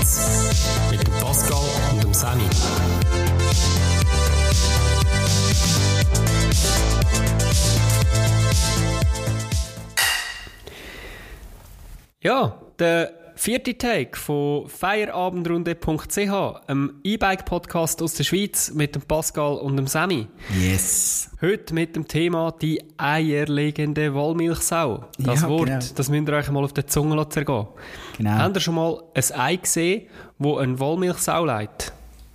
Schweiz mit dem Pascal und dem Sammy. Ja, der vierte Take von feierabendrunde.ch, einem E-Bike-Podcast aus der Schweiz mit dem Pascal und dem Sammy. Yes. Heute mit dem Thema die eierlegende Wollmilchsau. Das Ja, Wort, genau. das müsst ihr euch mal auf der Zunge zergehen. Genau. Habt ihr schon mal ein Ei gesehen, das eine Wollmilchsau legt?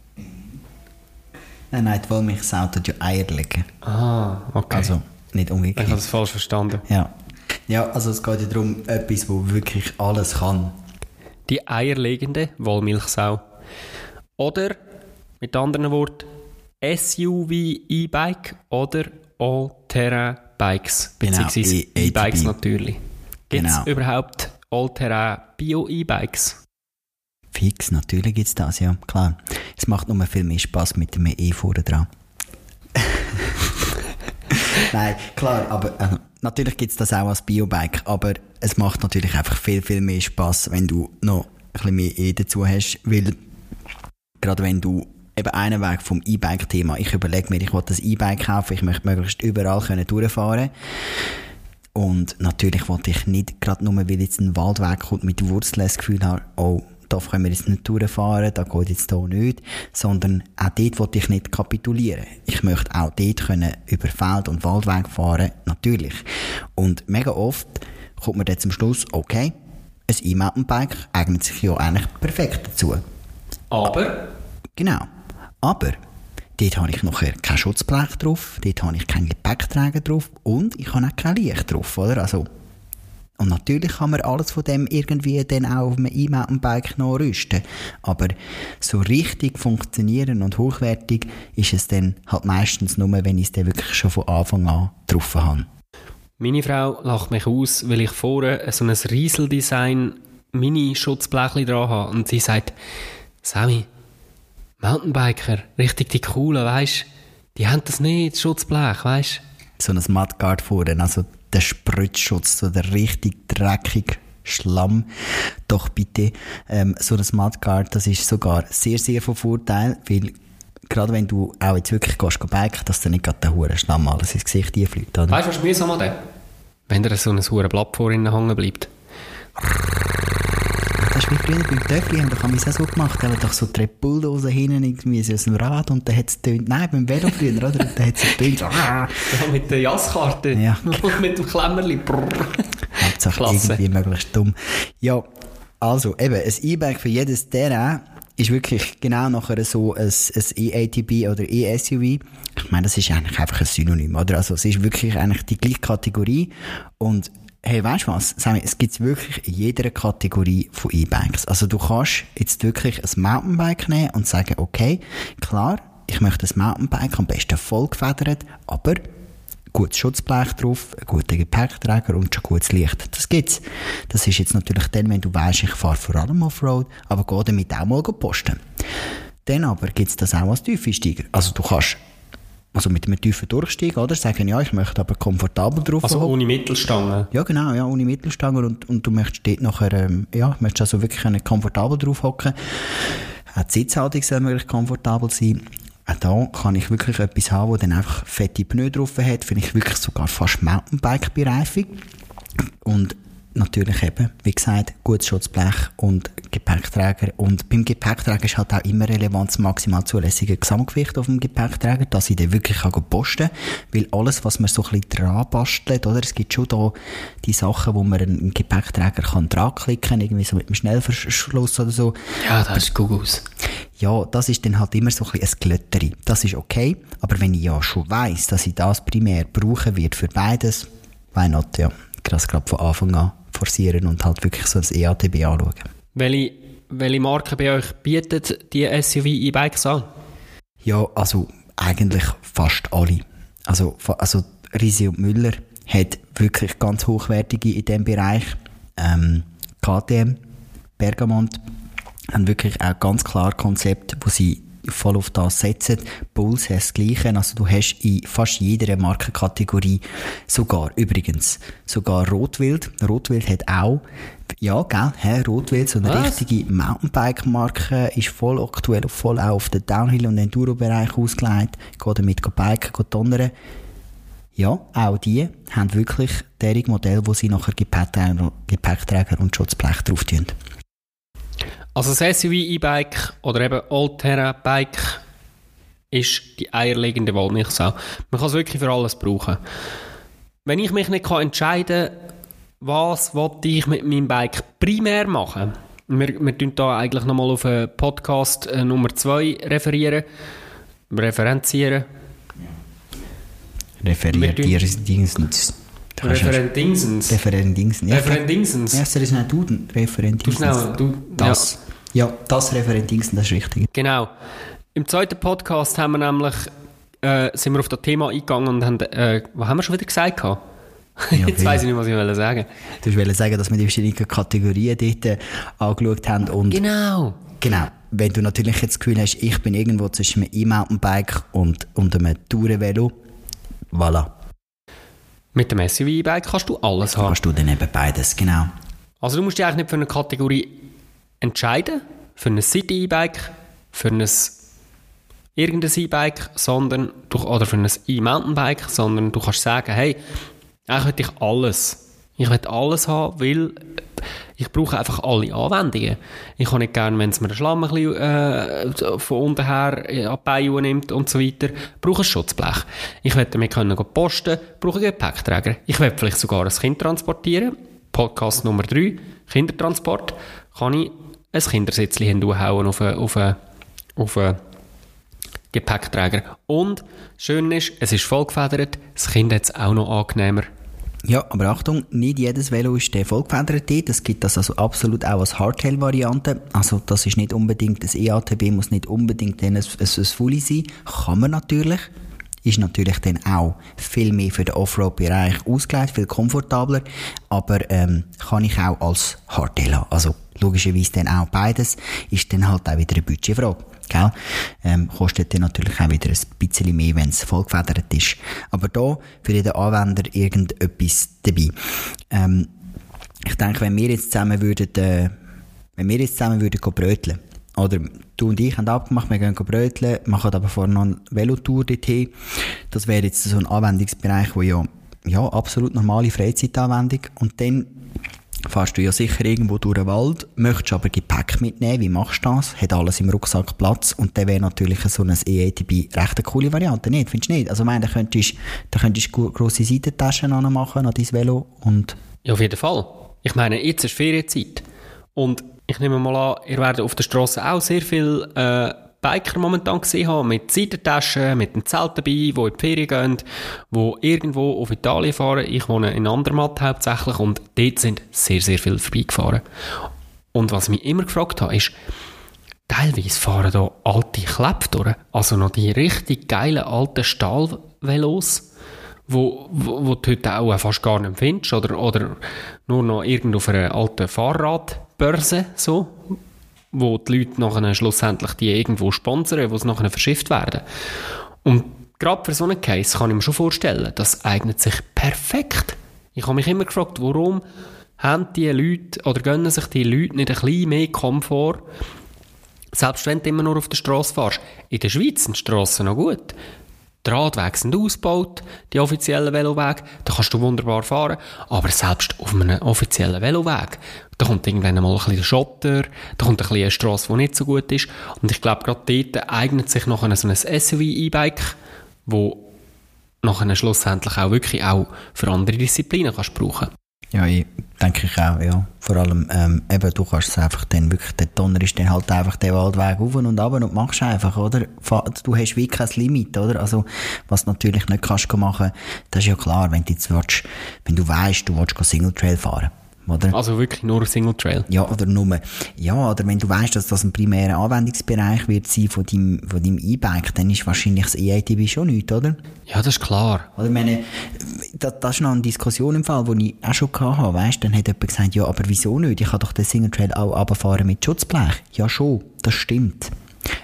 Nein, die Wollmilchsau tut ja Eier legen. Ah, okay. Also nicht Ich habe umgekehrt. das falsch verstanden. Ja, also es geht ja darum, etwas, wo wirklich alles kann. Die eierlegende Wollmilchsau. Oder, mit anderen Worten, SUV-E-Bike oder All-Terrain-Bikes. Genau, Beziehungsweise E-Bikes ATB. natürlich. Gibt es Genau. überhaupt All-Terrain-Bio-E-Bikes? Fix, natürlich gibt es das, ja, klar. Es macht nur viel mehr Spass mit dem E vorne dran. Nein, klar, aber natürlich gibt es das auch als Biobike, aber es macht natürlich einfach viel, viel mehr Spass, wenn du noch ein bisschen mehr E dazu hast, weil gerade wenn du eben einen Weg vom E-Bike-Thema, ich überlege mir, ich will das E-Bike kaufen, ich möchte möglichst überall können durchfahren und natürlich wollte ich nicht, gerade nur weil jetzt ein Waldweg kommt mit Wurzeln, das Gefühl habe, oh, da können wir jetzt nicht durchfahren, da geht jetzt hier nicht, sondern auch dort wollte ich nicht kapitulieren. Ich möchte auch dort können über Feld- und Waldweg fahren, natürlich. Und mega oft kommt man dann zum Schluss, okay, ein E-Mountainbike eignet sich ja eigentlich perfekt dazu. Aber? Genau. Aber dort habe ich nachher kein Schutzblech drauf, dort habe ich keinen Gepäckträger drauf und ich habe auch kein Licht drauf, oder? Also, und natürlich kann man alles von dem irgendwie dann auch auf einem E-Mountainbike noch rüsten. Aber so richtig funktionieren und hochwertig ist es dann halt meistens nur, wenn ich es dann wirklich schon von Anfang an drauf habe. Meine Frau lacht mich aus, weil ich vorne so ein Rieseldesign Mini-Schutzblechchen dran habe. Und sie sagt, Sammy, Mountainbiker, richtig die coolen, weisst, die haben das nicht, das Schutzblech, weisst. So ein Mudguard vorne, also der Spritzschutz, so der richtig dreckige Schlamm. Doch bitte, so ein Mudguard, das ist sogar sehr, sehr von Vorteil, weil gerade wenn du auch jetzt wirklich gehst biken, dass dir nicht gerade der hure Schlamm alles ins Gesicht einfliegt, oder? Weißt du, was mühsam an dem? Wenn dir so ein hure Blatt vor ihnen hängen bleibt. Das ist wie früher beim Töffli, da haben wir es auch so gemacht, da haben wir doch so drei Bulldozer hinten irgendwie so aus dem Rad und dann hat es getönt, nein, beim Velo früher, oder? Und dann hat es getönt, Ja, mit der Jasskarte. Ja. Und mit dem Klemmerli. Hauptsache Klasse. irgendwie möglichst dumm. Ja, also eben, ein E-Bike für jedes Terrain ist wirklich genau nachher so ein E-ATB oder E-SUV. Ich meine, das ist eigentlich einfach ein Synonym, oder? Also es ist wirklich eigentlich die gleiche Kategorie und hey, weißt du was? Sammy, es gibt wirklich in jeder Kategorie von E-Bikes. Also du kannst jetzt wirklich ein Mountainbike nehmen und sagen, okay, klar, ich möchte ein Mountainbike, am besten voll gefedert, aber gutes Schutzblech drauf, einen guten Gepäckträger und schon gutes Licht. Das gibt's. Das ist jetzt natürlich dann, wenn du weisst, ich fahre vor allem Offroad, aber geh damit auch mal posten. Dann aber gibt's das auch als Tiefensteiger. Also du kannst also mit einem tiefen Durchstieg, oder? Sagen, ja, ich möchte aber komfortabel drauf Also hocken. ohne Mittelstange. Ja, genau, ja, ohne Mittelstange und du möchtest dort nachher, möchtest also wirklich komfortabel drauf hocken. Auch die Sitzhaltung soll möglichst komfortabel sein. Auch da kann ich wirklich etwas haben, wo dann einfach fette Pneu drauf hat, finde ich wirklich sogar fast Mountainbike-Bereifung. Und natürlich eben, wie gesagt, gutes Schutzblech und Gepäckträger. Und beim Gepäckträger ist halt auch immer relevant das maximal zulässige Gesamtgewicht auf dem Gepäckträger, dass ich den wirklich posten kann. Weil alles, was man so ein bisschen dran bastelt, oder? Es gibt schon da die Sachen, wo man einen Gepäckträger kann dran klicken, irgendwie so mit einem Schnellverschluss oder so. Ja, das ist Gugus. Ja, das ist dann halt immer so ein bisschen ein Glötteri. Das ist okay, aber wenn ich ja schon weiss, dass ich das primär brauchen wird für beides, why not, ja. Das gerade von Anfang an forcieren und halt wirklich so ein EATB anschauen. Welche Marken bei euch bietet die SUV-E-Bikes an? Ja, also eigentlich fast alle. Also Risi und Müller hat wirklich ganz hochwertige in diesem Bereich. KTM, Bergamont haben wirklich auch ganz klar Konzept, wo sie voll auf das setzen. Bulls hat das Gleiche, also du hast in fast jeder Markenkategorie sogar Rotwild. Rotwild hat auch, ja, gell, Rotwild, so eine richtige Mountainbike-Marke, ist voll aktuell, voll auch auf den Downhill- und Enduro-Bereich ausgelegt, geht damit biken, geht donnern. Ja, auch die haben wirklich derige Modelle, wo sie nachher Gepäckträger und Schutzblech drauf tun. Also das SUV-E-Bike oder eben All-Terrain-Bike ist die eierlegende Wollmilchsau. Man kann es wirklich für alles brauchen. Wenn ich mich nicht entscheiden kann, was ich mit meinem Bike primär machen, wir tun da eigentlich nochmal auf Podcast Nummer 2 referenzieren. Referendingsens. Ja, Referendingsens. Ja, ist nicht Duden. Referendingsens. Das. Ja, das Referendingsens, das ist richtig. Genau. Im zweiten Podcast haben wir nämlich, sind wir auf das Thema eingegangen und haben, was haben wir schon wieder gesagt? Ja, jetzt weiss ich nicht, was ich sagen wollte. Du wolltest sagen, dass wir die verschiedenen Kategorien dort angeschaut haben. Und Genau. Wenn du natürlich jetzt das Gefühl hast, ich bin irgendwo zwischen einem E-Mountainbike und einem Tourenvelo, voilà. Mit dem SUV-E-Bike kannst du alles haben. Kannst du dann eben beides, genau. Also du musst dich eigentlich nicht für eine Kategorie entscheiden, für ein City-E-Bike, für ein irgendein E-Bike, oder für ein E-Mountainbike, sondern du kannst sagen, hey, eigentlich will ich alles. Ich will alles haben, weil ich brauche einfach alle Anwendungen. Ich kann nicht gerne, wenn es mir den Schlamm ein bisschen von unten her an die Beine nimmt und so weiter, brauche ein Schutzblech. Ich will damit posten, brauche einen Gepäckträger. Ich will vielleicht sogar ein Kind transportieren. Podcast Nummer 3, Kindertransport. Kann ich ein Kindersitzchen hinhauen auf einen Gepäckträger. Und schön ist, es ist vollgefedert, das Kind hat es auch noch angenehmer. Ja, aber Achtung, nicht jedes Velo ist vollgefedert. Es gibt das also absolut auch als Hardtail-Variante. Also das ist nicht unbedingt, das EATB muss nicht unbedingt ein Fully sein. Kann man natürlich. Ist natürlich dann auch viel mehr für den Offroad-Bereich ausgelegt, viel komfortabler. Aber kann ich auch als Hardtail haben. Also logischerweise dann auch beides. Ist dann halt auch wieder eine Budgetfrage. Gell? Kostet dann natürlich auch wieder ein bisschen mehr, wenn es vollgefedert ist. Aber da für jeden Anwender irgendetwas dabei. Ich denke, wenn wir jetzt zusammen würden bröteln, oder du und ich haben abgemacht, wir gehen bröteln, machen aber vorher noch eine Velotour dorthin. Das wäre jetzt so ein Anwendungsbereich, wo ja absolut normale Freizeitanwendung. Und dann fährst du ja sicher irgendwo durch den Wald, möchtest aber Gepäck mitnehmen. Wie machst du das? Hat alles im Rucksack Platz? Und dann wäre natürlich so ein EATB recht eine coole Variante, nicht? Findest du nicht? Also, da könntest du grosse Seitentaschen machen an dein Velo und... Ja, auf jeden Fall. Ich meine, jetzt ist Ferienzeit. Und ich nehme mal an, ihr werdet auf der Strasse auch sehr viele Biker momentan gesehen haben, mit Seitentaschen, mit einem Zelt dabei, die in die Ferien gehen, die irgendwo auf Italien fahren. Ich wohne in Andermatt hauptsächlich und dort sind sehr, sehr viele vorbeigefahren. Und was mich immer gefragt habe, ist, teilweise fahren da alte Klepp durch, also noch die richtig geilen alten Stahlvelos, wo du heute auch fast gar nicht findest, oder nur noch irgendwo auf einer alten Fahrradbörse, so, wo die Leute nachher schlussendlich die irgendwo sponsern, wo sie nachher verschifft werden. Und gerade für so einen Case kann ich mir schon vorstellen, das eignet sich perfekt. Ich habe mich immer gefragt, warum haben die Leute, oder gönnen sich die Leute nicht ein bisschen mehr Komfort, selbst wenn du immer nur auf der Strasse fährst. In der Schweiz sind die Strassen noch gut. Die Radwege sind ausgebaut, die offiziellen Velowege, da kannst du wunderbar fahren, aber selbst auf einem offiziellen Veloweg, da kommt irgendwann mal ein bisschen der Schotter, da kommt ein bisschen eine Strasse, die nicht so gut ist, und ich glaube, gerade dort eignet sich nachher so ein SUV-E-Bike, wo nachher schlussendlich auch wirklich auch für andere Disziplinen kannst brauchen. Ja, denke ich auch, ja. Vor allem, eben, du kannst es einfach dann wirklich, der Donner ist dann halt einfach den Waldweg rauf und runter und machst einfach, oder? Du hast wie kein Limit, oder? Also, was du natürlich nicht kannst machen, das ist ja klar, wenn du jetzt willst, wenn du weißt, du willst Single Trail fahren. Oder? Also wirklich nur Single Trail? Ja, oder nur. Ja, oder wenn du weißt, dass das ein primärer Anwendungsbereich wird sein von deinem E-Bike, dann ist wahrscheinlich das EATB schon nichts, oder? Ja, das ist klar. Oder ich meine, das ist noch eine Diskussion im Fall, die ich auch schon hatte, weißt? Dann hat jemand gesagt, ja, aber wieso nicht? Ich kann doch den Single Trail auch runterfahren mit Schutzblech. Ja, schon, das stimmt.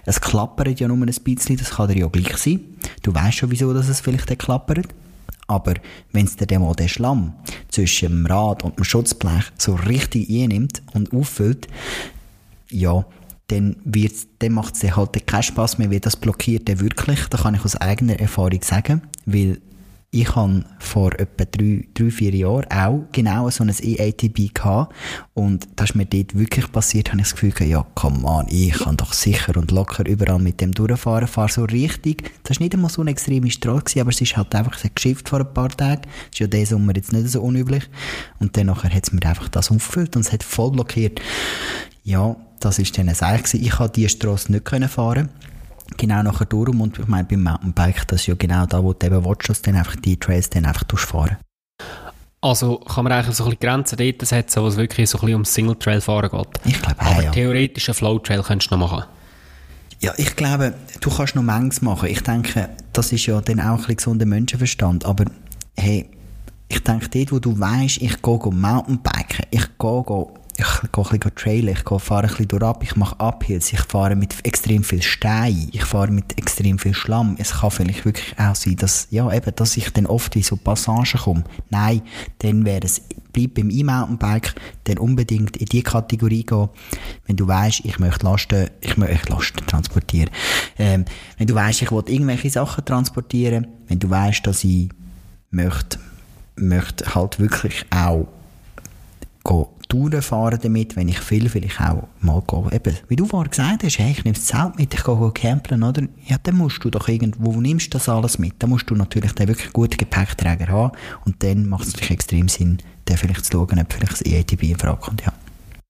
Es klappert ja nur ein bisschen, das kann dir ja gleich sein. Du weißt schon, wieso dass es vielleicht klappert. Aber wenn es dir dann mal den Schlamm zwischen dem Rad und dem Schutzblech so richtig einnimmt und auffüllt, ja, dann macht es dir halt keinen Spass mehr, wie das blockiert dann wirklich. Da kann ich aus eigener Erfahrung sagen, weil ich habe vor etwa 3-4 Jahren auch genau so ein E-ATB gehabt und das ist mir dort wirklich passiert, habe ich das Gefühl gehabt, ja, come on, ich kann doch sicher und locker überall mit dem durchfahren, fahre so richtig. Das war nicht einmal so eine extreme Straße gewesen, aber es ist halt einfach ein Geschäft vor ein paar Tagen. Das ist ja diesen Sommer jetzt nicht so unüblich. Und dann nachher hat es mir einfach das aufgefüllt und es hat voll blockiert. Ja, das ist dann ein Seil gewesen. Ich konnte diese Strasse nicht fahren. Genau nachher durch. Und ich meine, beim Mountainbike, das ist ja genau da, wo du eben willst, dass du dann einfach die Trails dann einfach durchfahren. Also kann man eigentlich so ein bisschen Grenzen dort setzen, wo es wirklich so ein bisschen ums Single-Trail-Fahren geht? Ich glaube aber ja. Theoretisch einen Flow-Trail könntest du noch machen? Ja, ich glaube, du kannst noch manches machen. Ich denke, das ist ja dann auch ein bisschen gesunder Menschenverstand. Aber hey, ich denke, dort, wo du weisst, ich gehe Mountainbiken, ich gehe ein bisschen trailen, ich fahre ein bisschen durchab, ich mache Uphills, ich fahre mit extrem viel Stein, ich fahre mit extrem viel Schlamm. Es kann vielleicht wirklich auch sein, dass, ja, eben, dass ich dann oft in so Passagen komme. Nein, dann wäre es, bleib beim E-Mountainbike, dann unbedingt in die Kategorie gehen, wenn du weisst, ich möchte Lasten transportieren. Wenn du weisst, ich will irgendwelche Sachen transportieren, wenn du weisst, dass ich möchte halt wirklich auch Touren fahren damit, wenn ich vielleicht auch mal gehe. Eben, wie du vorhin gesagt hast, hey, ich nehme das Zelt mit, ich gehe campen, oder? Ja, dann musst du doch wo nimmst du das alles mit? Dann musst du natürlich den wirklich guten Gepäckträger haben und dann macht es natürlich extrem Sinn, den vielleicht zu schauen, ob vielleicht das E-ATB in Frage kommt, ja.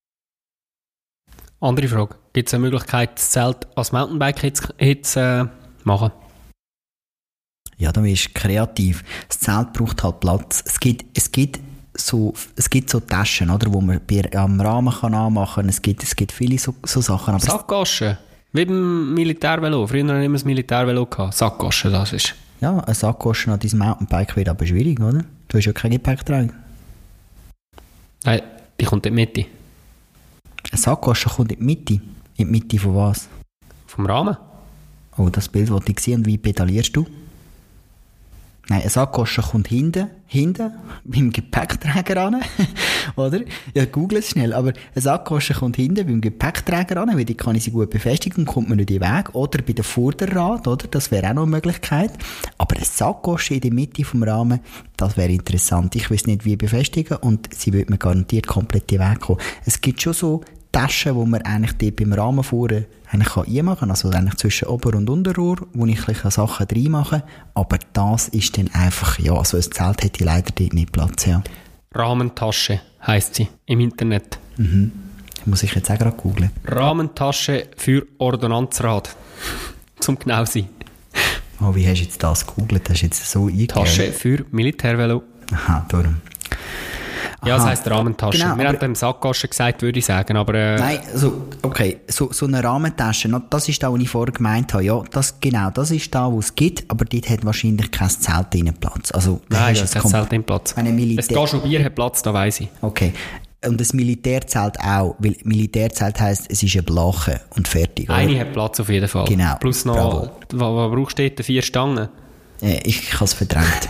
Andere Frage. Gibt es eine Möglichkeit, das Zelt als Mountainbike jetzt machen? Ja, da bist du kreativ. Das Zelt braucht halt Platz. Es gibt so Taschen, oder, wo man am Rahmen kann anmachen kann. Es gibt viele so Sachen. Aber Sackgaschen? Wie beim Militärvelo. Früher haben wir immer das Militärvelo gehabt. Sackgaschen, das ist. Ja, eine Sackgasche an diesem Mountainbike wird aber schwierig, oder? Du hast ja kein Gepäckträger. Nein, die kommt in die Mitte. Eine Sackgasche kommt in die Mitte? In die Mitte von was? Vom Rahmen. Oh, das Bild wollte ich sehen. Und wie pedalierst du? Nein, eine Sackgasche kommt hinten beim Gepäckträger an, oder? Ja, google es schnell, aber eine Sackgasche kommt hinten beim Gepäckträger an, weil die kann ich sie gut befestigen, kommt man nicht in den Weg, oder bei der Vorderrad, oder? Das wäre auch noch eine Möglichkeit. Aber eine Sackgasche in der Mitte vom Rahmen, das wäre interessant. Ich weiß nicht, wie befestigen und sie würde mir garantiert komplett in den Weg kommen. Es gibt schon so Taschen, wo man eigentlich dort beim Rahmen vorne eigentlich einmachen kann, also eigentlich zwischen Ober- und Unterrohr, wo ich ein bisschen Sachen reinmache, aber das ist dann einfach, ja, also ein Zelt hätte leider dort nicht Platz, ja. Rahmentasche heisst sie im Internet. Mhm. Muss ich jetzt auch gerade googlen. Rahmentasche für Ordonnanzrad. Zum genau sein. Oh, wie hast du jetzt das gegoogelt? Das ist jetzt so eingegeben. Tasche für Militärvelo. Aha, darum. Ja, das heisst Rahmentasche. Genau, wir haben dem Sackgasche gesagt, würde ich sagen, aber... Nein, also, okay, so eine Rahmentasche, das ist da, was ich vorher gemeint habe. Ja, das ist da, wo es gibt, aber dort hat wahrscheinlich kein Zelt drin Platz. Also, nein, es hat Zelt drin Platz. Ein Gajobier hat Platz, da weiss ich. Okay. Und das Militärzelt auch, weil Militärzelt heisst, es ist eine Blache und fertig. Oder? Eine hat Platz auf jeden Fall. Genau. Plus noch, was brauchst du dort? 4 Stangen? Ich habe es verdrängt.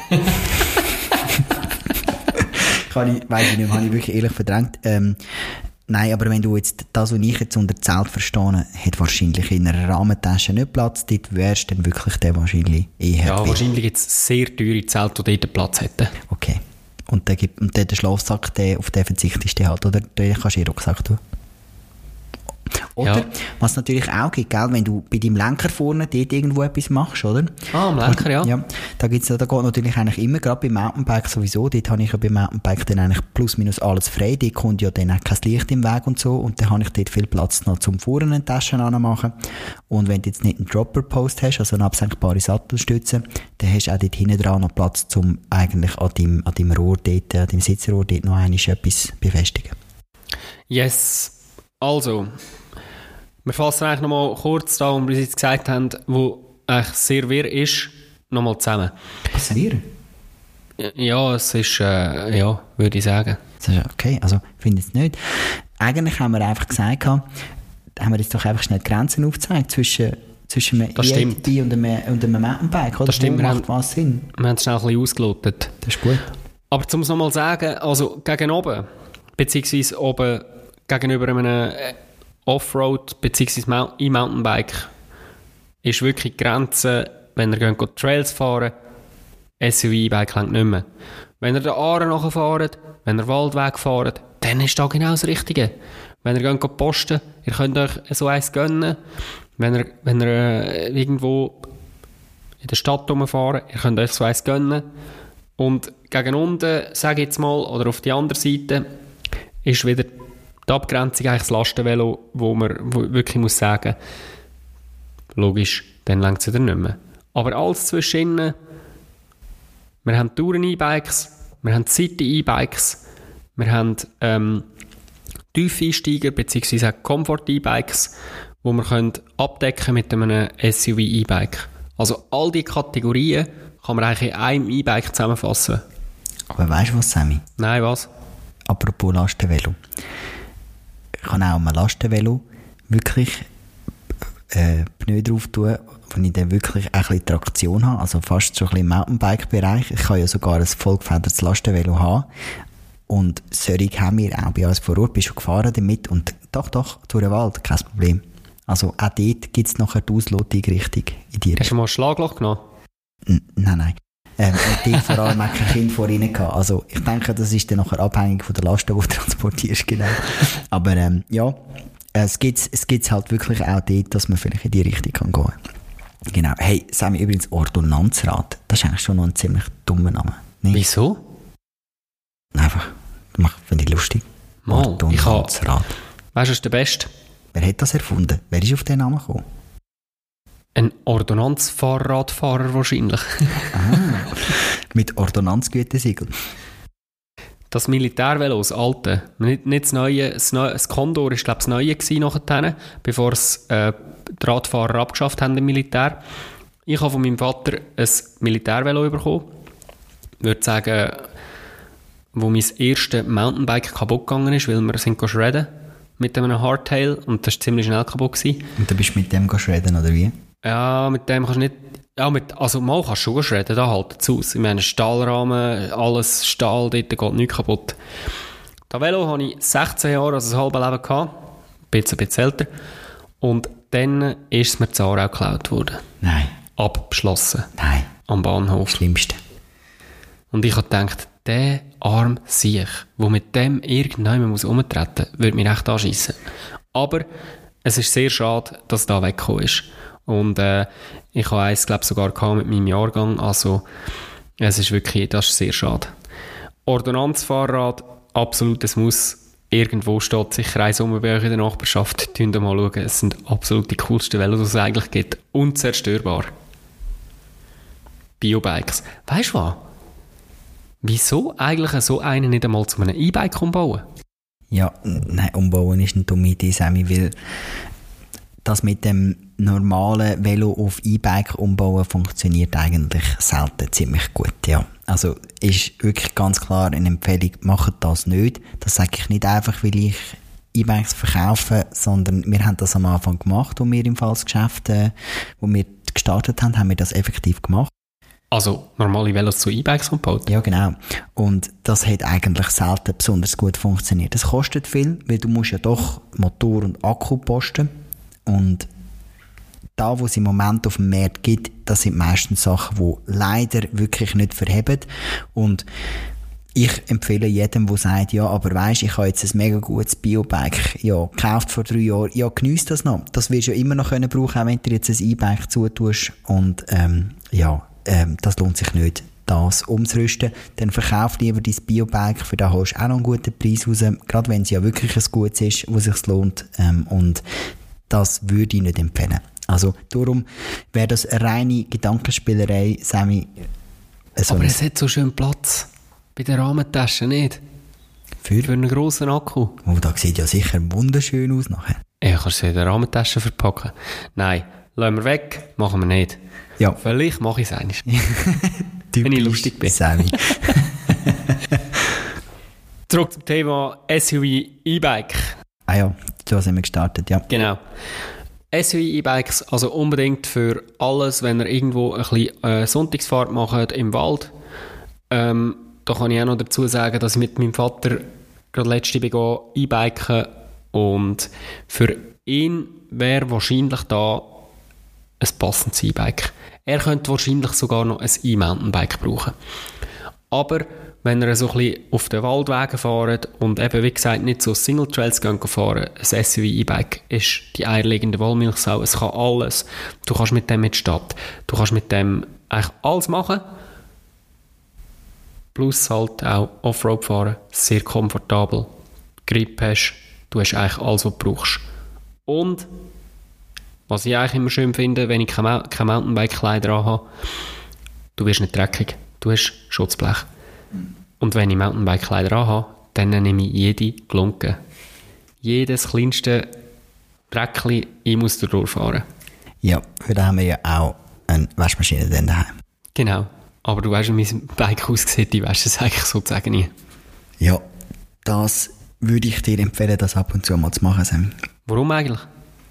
Weiss ich nicht mehr, habe ich wirklich ehrlich verdrängt. Nein, aber wenn du jetzt das, was ich jetzt unter Zelt verstehe, hat wahrscheinlich in einer Rahmentasche nicht Platz, dort wärst du dann wirklich der wahrscheinlich eher. Ja, wahrscheinlich gibt es sehr teure Zelte, die dort Platz hätten. Okay. Und der Schlafsack, auf den verzichtest du halt, oder? Den kannst du in den Rucksack tun. Oder, ja. Was natürlich auch gibt, gell, wenn du bei deinem Lenker vorne dort irgendwo etwas machst, oder? Ah, am Lenker, ja. Ja, da geht natürlich eigentlich immer, gerade beim Mountainbike sowieso, dort habe ich ja beim Mountainbike dann eigentlich plus minus alles frei, dort kommt ja dann auch kein Licht im Weg und so, und dann habe ich dort viel Platz noch zum vorne eine Taschen anmachen. Und wenn du jetzt nicht einen Dropper-Post hast, also eine absenkbare Sattelstütze, dann hast du auch dort hinten dran noch Platz, um eigentlich an deinem Rohr dort, an deinem Sitzrohr dort noch einmal etwas befestigen. Yes. Also, wir fassen eigentlich nochmal kurz da, was wir jetzt gesagt haben, wo eigentlich sehr wirr ist, nochmal zusammen. Was wirr? Ja, es ist, ja, würde ich sagen. Okay, also, ich finde es nicht. Eigentlich haben wir einfach gesagt, Da haben wir jetzt doch einfach schnell die Grenzen aufgezeigt zwischen einem E-ATB und einem Mountainbike. Oder? Das stimmt. Wo macht was Sinn? Wir haben es schnell ein bisschen ausgelotet. Das ist gut. Aber um es nochmal zu sagen, also gegen oben, beziehungsweise oben gegenüber einem Offroad, beziehungsweise E-Mountainbike, ist wirklich die Grenze, wenn ihr geht Trails fahren, SUV E-Bike längt nicht mehr. Wenn ihr den Aare nachfahrt, wenn ihr Waldweg fahrt, dann ist das genau das Richtige. Wenn ihr geht posten, ihr könnt euch so eins gönnen. Wenn ihr irgendwo in der Stadt rumfahren, ihr könnt euch so eins gönnen. Und gegen unten, sage ich jetzt mal, oder auf die andere Seite, ist wieder die Abgrenzung eigentlich das Lastenvelo, wo wirklich muss sagen, logisch, dann längt es wieder nicht mehr. Aber alles zwischen, wir haben Touren-E-Bikes, wir haben City-E-Bikes, wir haben Tiefeinsteiger bzw. Comfort-E-Bikes, die wir abdecken mit einem SUV-E-Bike. Also all diese Kategorien kann man eigentlich in einem E-Bike zusammenfassen. Aber weißt du was, Sammy? Nein, was? Apropos Lastenvelo. Ich kann auch einem Lastenvelo wirklich Pneu drauf tun, wo ich dann wirklich ein bisschen Traktion habe, also fast so ein bisschen im Mountainbike-Bereich. Ich kann ja sogar ein vollgefedertes Lastenvelo haben. Und solche haben wir auch bei uns vor Ort. Bist du gefahren damit? Und doch, durch den Wald, kein Problem. Also auch dort gibt es nachher die Auslotung richtig in die Richtung. Hast du mal ein Schlagloch genommen? Nein. Dort vor allem auch kein Kind vor ihnen gehabt. Also ich denke, das ist dann nachher abhängig von der Last, die du transportierst, genau. Aber ja, es gibt halt wirklich auch dort, dass man vielleicht in die Richtung kann gehen. Genau. Hey, Sammy, übrigens Ordonnanzrat. Das ist eigentlich schon noch ein ziemlich dummer Name. Nicht? Wieso? Einfach, finde ich lustig. Ordonnanzrat. Weißt du, was ist der Beste? Wer hat das erfunden? Wer ist auf den Namen gekommen? Ein Ordonnanzfahrradfahrer wahrscheinlich. Mit Ordonnanzgütesiegel. Das Militärvelo, das alte, nicht das neue, das Condor war glaube ich das neue gewesen nachher, bevor es die Radfahrer abgeschafft haben im Militär. Ich habe von meinem Vater ein Militärvelo bekommen. Ich würde sagen, wo mein erstes Mountainbike kaputt gegangen ist, weil wir sind shredden mit einem Hardtail und das war ziemlich schnell kaputt gewesen. Und du bist mit dem shredden, oder wie? Ja, mit dem kannst du nicht... Ja, also mal kannst du schon shredden, da hält es aus. Ich meine, Stahlrahmen, alles Stahl, dort geht nichts kaputt. Das Velo hatte ich 16 Jahre, also ein halbes Leben gehabt. Ein bisschen älter. Und dann ist es mir zu Aarau geklaut worden. Nein. Abgeschlossen. Nein. Am Bahnhof. Schlimmste. Und ich habe gedacht, der arme Siech, der mit dem irgendjemand rumtreten muss, würde mich echt anschiessen. Aber es ist sehr schade, dass es da weggekommen ist. Und ich habe eins, glaube ich, sogar mit meinem Jahrgang. Also es ist wirklich, das ist sehr schade. Ordonnanzfahrrad, absolutes Muss. Irgendwo steht sicher eins bei euch in der Nachbarschaft. Schaut mal schauen. Es sind absolut die coolsten Velos, die es eigentlich gibt. Unzerstörbar. Biobikes. Weißt du was? Wieso eigentlich so einen nicht einmal zu einem E-Bike umbauen? Ja, nein, umbauen ist eine dumme Idee, Sammy, weil das mit dem normalen Velo auf E-Bike umbauen funktioniert eigentlich selten ziemlich gut, ja. Also ist wirklich ganz klar eine Empfehlung, macht das nicht. Das sage ich nicht einfach, weil ich E-Bikes verkaufe, sondern wir haben das am Anfang gemacht, wo wir im Falsgeschäft, wo wir gestartet haben, haben wir das effektiv gemacht. Also normale Velos zu E-Bikes umgebaut? Ja, genau. Und das hat eigentlich selten besonders gut funktioniert. Es kostet viel, weil du musst ja doch Motor und Akku posten. Und da, wo es im Moment auf dem Markt gibt, das sind meistens Sachen, die leider wirklich nicht verheben. Und ich empfehle jedem, der sagt, ja, aber weisst, ich habe jetzt ein mega gutes Biobike, ja, gekauft vor 3 Jahren, ja, geniess das noch. Das wirst du ja immer noch brauchen können, auch wenn du jetzt ein E-Bike zutust. Und das lohnt sich nicht, das umzurüsten. Dann verkauf lieber dein Biobike, für das hast du auch noch einen guten Preis raus, gerade wenn es ja wirklich ein gutes ist, wo es sich lohnt. Und das würde ich nicht empfehlen. Also darum wäre das eine reine Gedankenspielerei, Sammy. Aber es hat so schön Platz bei der Rahmentasche, nicht? Für einen grossen Akku. Oh, das sieht ja sicher wunderschön aus nachher. Ja, kannst du in der Rahmentasche verpacken. Nein, lassen wir weg, machen wir nicht. Ja. Vielleicht mache ich es einmal. Wenn ich lustig bin. Sammy. Zurück zum Thema SUV E-Bike. Ah ja, Da sind wir gestartet, ja. Genau. SUV-E-Bikes, also unbedingt für alles, wenn ihr irgendwo ein bisschen Sonntagsfahrt macht im Wald. Da kann ich auch noch dazu sagen, dass ich mit meinem Vater gerade letzte begann E-Biken und für ihn wäre wahrscheinlich da ein passendes E-Bike. Er könnte wahrscheinlich sogar noch ein E-Mountainbike brauchen. Aber wenn ihr so ein bisschen auf den Waldwegen fahrt und eben, wie gesagt, nicht so Single-Trails fahren, ein SUV-E-Bike ist die eierlegende Wollmilchsau. Es kann alles. Du kannst mit dem in die Stadt. Du kannst mit dem eigentlich alles machen. Plus halt auch Offroad fahren. Sehr komfortabel. Grip hast. Du hast eigentlich alles, was du brauchst. Und was ich eigentlich immer schön finde, wenn ich kein Mountainbike-Kleider anhabe, du wirst nicht dreckig. Du hast Schutzblech. Und wenn ich Mountainbike-Kleider anhabe, dann nehme ich jede Glunke. Jedes kleinste Dreckchen, ich muss da durchfahren. Ja, für da haben wir ja auch eine Waschmaschine dann daheim. Genau. Aber du weißt, wie mein Bike aussieht, ich weiss es eigentlich sozusagen nie. Ja, das würde ich dir empfehlen, das ab und zu mal zu machen, Sammy. Warum eigentlich?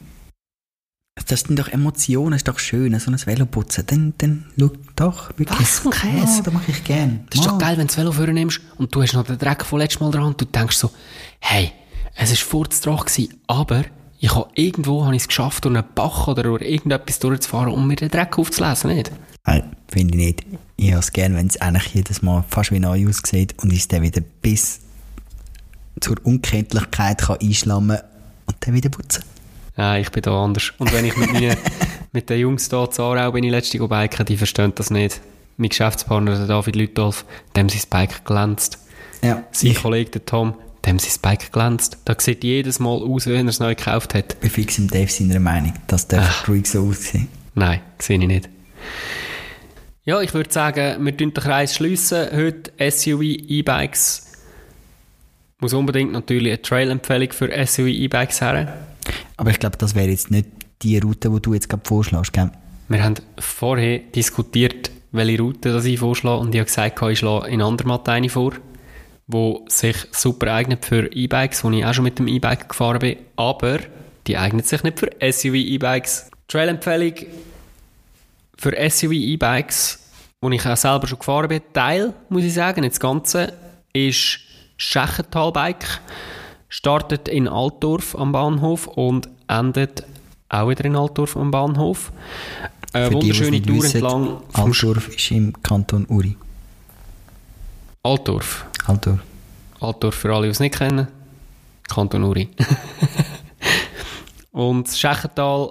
Das sind doch Emotionen, das ist doch schön, so ein Velo putzen. Dann schau doch, wirklich. Was ein Käse? Ja, das mache ich gerne. Das ist doch geil, wenn du das Velo vornimmst und du hast noch den Dreck von letztes Mal dran und du denkst so, hey, es war furztrocken gewesen, aber ich habe es geschafft, durch einen Bach oder durch irgendetwas durchzufahren, um mir den Dreck aufzulesen, nicht? Nein, finde ich nicht. Ich habe es gerne, wenn es eigentlich jedes Mal fast wie neu aussieht und ich es dann wieder bis zur Unkenntlichkeit kann einschlammen und dann wieder putzen. Nein, ich bin da anders. Und wenn ich mit den Jungs hier zu Aarau bin, ich letztens biken, die verstehen das nicht. Mein Geschäftspartner, der David Lütolf, dem sein Bike glänzt. Ja. Sein Kollege, der Tom, dem sein Bike glänzt. Da sieht jedes Mal aus, wie wenn er es neu gekauft hat. Ich bin fix im Dave seiner Meinung, das darf ruhig so aussehen. Nein, sehe ich nicht. Ja, ich würde sagen, wir schliessen den Kreis schliessen. Heute SUV E-Bikes. Muss unbedingt natürlich eine Trail-Empfehlung für SUV E-Bikes her. Aber ich glaube, das wäre jetzt nicht die Route, die du jetzt gerade vorschlägst, gell? Wir haben vorher diskutiert, welche Route das ich vorschlage, und ich habe gesagt, ich schlage in Andermatt eine vor, die sich super eignet für E-Bikes, wo ich auch schon mit dem E-Bike gefahren bin, aber die eignet sich nicht für SUV-E-Bikes. Trail-Empfehlung für SUV-E-Bikes, wo ich auch selber schon gefahren bin, Teil, muss ich sagen, nicht das Ganze, ist Schächental-Bike. Startet in Altdorf am Bahnhof und endet auch wieder in Altdorf am Bahnhof. Eine wunderschöne Tour entlang. Altdorf ist im Kanton Uri. Altdorf für alle, die es nicht kennen. Kanton Uri. Und das Schächental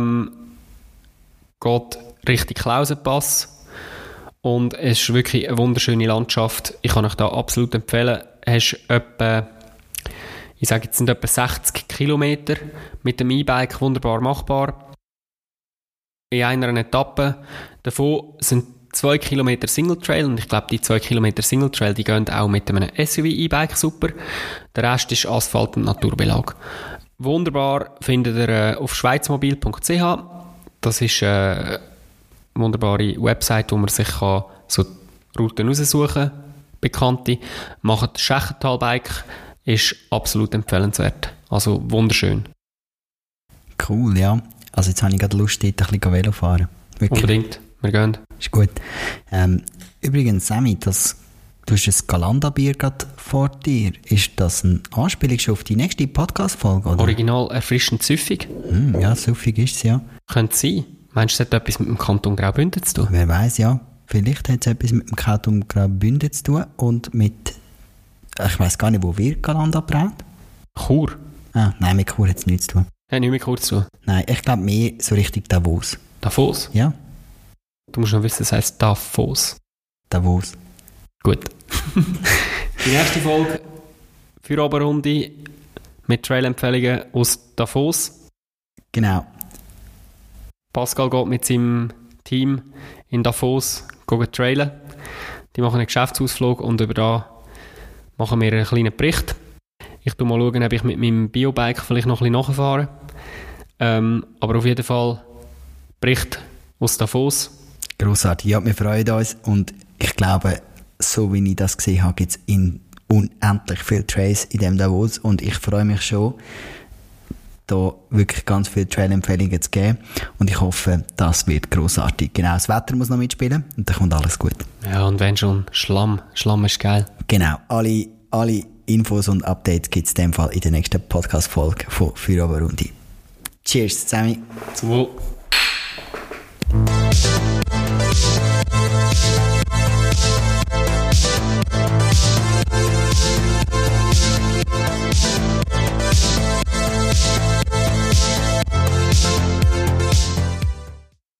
geht Richtung Klausenpass. Und es ist wirklich eine wunderschöne Landschaft. Ich kann euch da absolut empfehlen. Hast etwa, ich sage jetzt, sind etwa 60 Kilometer mit dem E-Bike wunderbar machbar. In einer Etappe. Davon sind 2 Kilometer Single Trail, und ich glaube, die 2 Kilometer Single Trail, die gehen auch mit einem SUV-E-Bike super. Der Rest ist Asphalt und Naturbelag. Wunderbar findet ihr auf schweizmobil.ch. Das ist eine wunderbare Website, wo man sich kann so Routen raussuchen kann. Bekannte. Macht Schächental-Bike. Ist absolut empfehlenswert. Also wunderschön. Cool, ja. Also jetzt habe ich gerade Lust, dort ein bisschen Velo fahren. Wirklich. Unbedingt. Wir gehen. Ist gut. Übrigens, Sammy, du hast ein Galanda-Bier gerade vor dir. Ist das eine Anspielung schon auf die nächste Podcast-Folge? Oder? Original erfrischend süffig. Ja, süffig ist es, ja. Könnte sein. Meinst du, das hat etwas mit dem Kanton Graubünden zu tun? Wer weiß, ja. Vielleicht hat es etwas mit dem Kanton Graubünden zu tun und mit, ich weiss gar nicht, wo wird Galanda braut? Chur? Ah, nein, mit Chur hat es nichts zu tun. Hat nicht mit Chur zu tun? Nein, ich glaube mehr so Richtung Davos. Davos? Ja. Du musst noch wissen, es heisst Davos. Davos. Gut. Die nächste Folge für Oberrunde mit Trail-Empfehlungen aus Davos. Genau. Pascal geht mit seinem Team in Davos trailen. Die machen einen Geschäftsausflug und über da machen wir einen kleinen Bericht. Ich schaue mal, ob ich mit meinem Biobike vielleicht noch ein bisschen nachfahre. Aber auf jeden Fall Bericht aus Davos. Grossartig. Ja, wir freuen uns und ich glaube, so wie ich das gesehen habe, gibt es unendlich viele Trails in dem Davos und ich freue mich schon, da wirklich ganz viele Trail-Empfehlungen zu geben. Und ich hoffe, das wird grossartig. Genau, das Wetter muss noch mitspielen und dann kommt alles gut. Ja, und wenn schon, Schlamm ist geil. Genau, alle Infos und Updates gibt es in dem Fall in der nächsten Podcast-Folge von Feierabendrunde. Cheers zusammen. Zum Wohl.